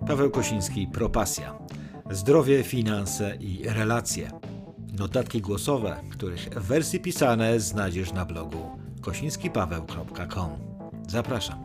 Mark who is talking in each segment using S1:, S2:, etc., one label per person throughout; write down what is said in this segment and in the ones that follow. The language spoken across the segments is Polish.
S1: Paweł Kosiński, Propasja. Zdrowie, finanse i relacje. Notatki głosowe, których wersje pisane znajdziesz na blogu kosińskipaweł.com. Zapraszam.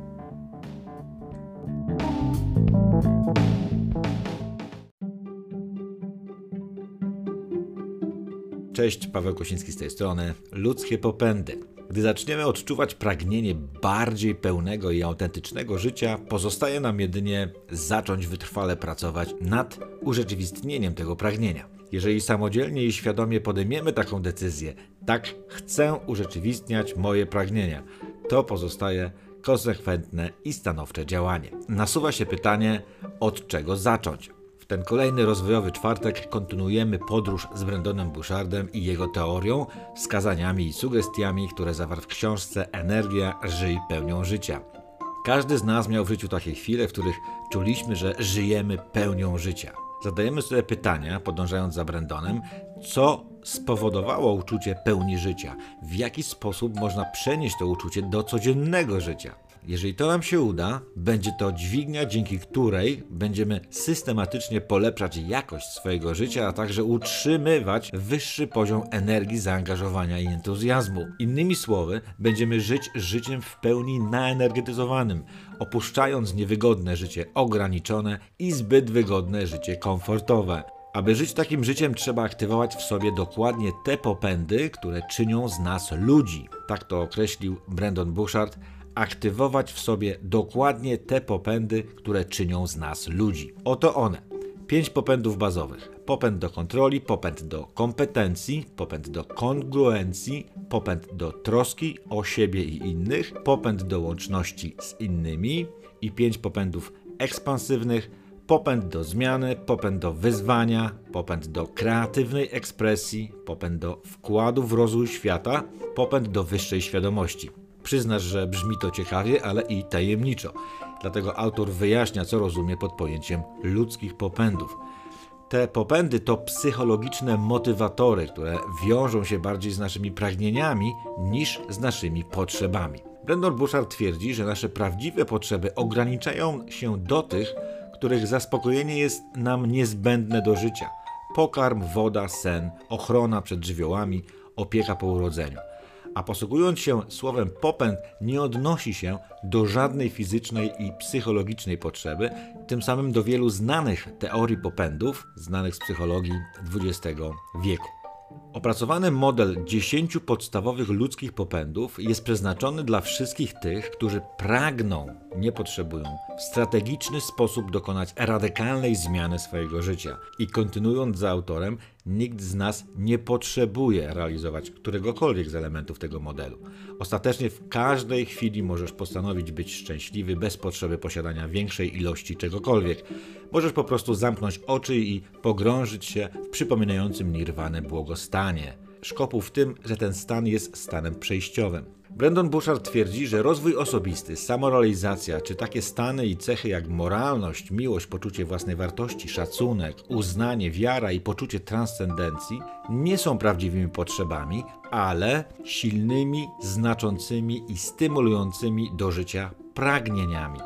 S1: Cześć, Paweł Kosiński z tej strony. Ludzkie popędy. Gdy zaczniemy odczuwać pragnienie bardziej pełnego i autentycznego życia, pozostaje nam jedynie zacząć wytrwale pracować nad urzeczywistnieniem tego pragnienia. Jeżeli samodzielnie i świadomie podejmiemy taką decyzję, tak, chcę urzeczywistniać moje pragnienia, to pozostaje konsekwentne i stanowcze działanie. Nasuwa się pytanie, od czego zacząć? W ten kolejny rozwojowy czwartek kontynuujemy podróż z Brandonem Bouchardem i jego teorią, wskazaniami i sugestiami, które zawarł w książce Energia, żyj pełnią życia. Każdy z nas miał w życiu takie chwile, w których czuliśmy, że żyjemy pełnią życia. Zadajemy sobie pytania, podążając za Brandonem, co spowodowało uczucie pełni życia, w jaki sposób można przenieść to uczucie do codziennego życia. Jeżeli to nam się uda, będzie to dźwignia, dzięki której będziemy systematycznie polepszać jakość swojego życia, a także utrzymywać wyższy poziom energii, zaangażowania i entuzjazmu. Innymi słowy, będziemy żyć życiem w pełni naenergetyzowanym, opuszczając niewygodne życie ograniczone i zbyt wygodne życie komfortowe. Aby żyć takim życiem, trzeba aktywować w sobie dokładnie te popędy, które czynią z nas ludzi. Tak to określił Brandon Bouchard. Aktywować w sobie dokładnie te popędy, które czynią z nas ludzi. Oto one. 5 popędów bazowych. Popęd do kontroli, popęd do kompetencji, popęd do kongruencji, popęd do troski o siebie i innych, popęd do łączności z innymi i 5 popędów ekspansywnych, popęd do zmiany, popęd do wyzwania, popęd do kreatywnej ekspresji, popęd do wkładu w rozwój świata, popęd do wyższej świadomości. Przyznasz, że brzmi to ciekawie, ale i tajemniczo. Dlatego autor wyjaśnia, co rozumie pod pojęciem ludzkich popędów. Te popędy to psychologiczne motywatory, które wiążą się bardziej z naszymi pragnieniami niż z naszymi potrzebami. Brandon Bouchard twierdzi, że nasze prawdziwe potrzeby ograniczają się do tych, których zaspokojenie jest nam niezbędne do życia. Pokarm, woda, sen, ochrona przed żywiołami, opieka po urodzeniu. A posługując się słowem popęd, nie odnosi się do żadnej fizycznej i psychologicznej potrzeby, tym samym do wielu znanych teorii popędów, znanych z psychologii XX wieku. Opracowany model 10 podstawowych ludzkich popędów jest przeznaczony dla wszystkich tych, którzy pragną, nie potrzebują, w strategiczny sposób dokonać radykalnej zmiany swojego życia. I kontynuując za autorem, nikt z nas nie potrzebuje realizować któregokolwiek z elementów tego modelu. Ostatecznie w każdej chwili możesz postanowić być szczęśliwy bez potrzeby posiadania większej ilości czegokolwiek. Możesz po prostu zamknąć oczy i pogrążyć się w przypominającym nirwanę błogostanie. Szkopuł w tym, że ten stan jest stanem przejściowym. Brandon Bouchard twierdzi, że rozwój osobisty, samorealizacja czy takie stany i cechy jak moralność, miłość, poczucie własnej wartości, szacunek, uznanie, wiara i poczucie transcendencji nie są prawdziwymi potrzebami, ale silnymi, znaczącymi i stymulującymi do życia pragnieniami.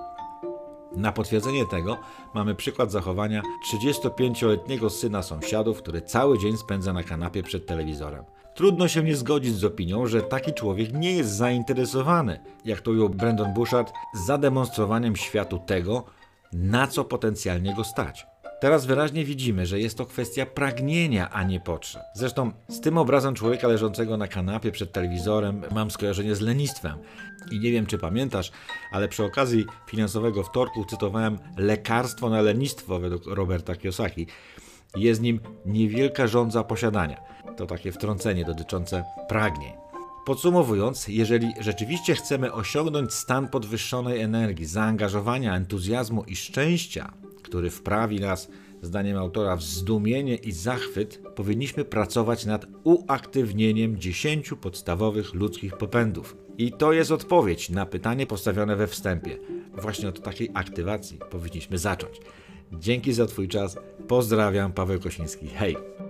S1: Na potwierdzenie tego mamy przykład zachowania 35-letniego syna sąsiadów, który cały dzień spędza na kanapie przed telewizorem. Trudno się nie zgodzić z opinią, że taki człowiek nie jest zainteresowany, jak to ujął Brandon Bouchard, zademonstrowaniem światu tego, na co potencjalnie go stać. Teraz wyraźnie widzimy, że jest to kwestia pragnienia, a nie potrzeb. Zresztą z tym obrazem człowieka leżącego na kanapie przed telewizorem mam skojarzenie z lenistwem. I nie wiem, czy pamiętasz, ale przy okazji finansowego wtorku cytowałem lekarstwo na lenistwo według Roberta Kiyosaki. Jest nim niewielka żądza posiadania. To takie wtrącenie dotyczące pragnień. Podsumowując, jeżeli rzeczywiście chcemy osiągnąć stan podwyższonej energii, zaangażowania, entuzjazmu i szczęścia, który wprawi nas, zdaniem autora, w zdumienie i zachwyt, powinniśmy pracować nad uaktywnieniem 10 podstawowych ludzkich popędów. I to jest odpowiedź na pytanie postawione we wstępie. Właśnie od takiej aktywacji powinniśmy zacząć. Dzięki za Twój czas. Pozdrawiam, Paweł Kosiński. Hej!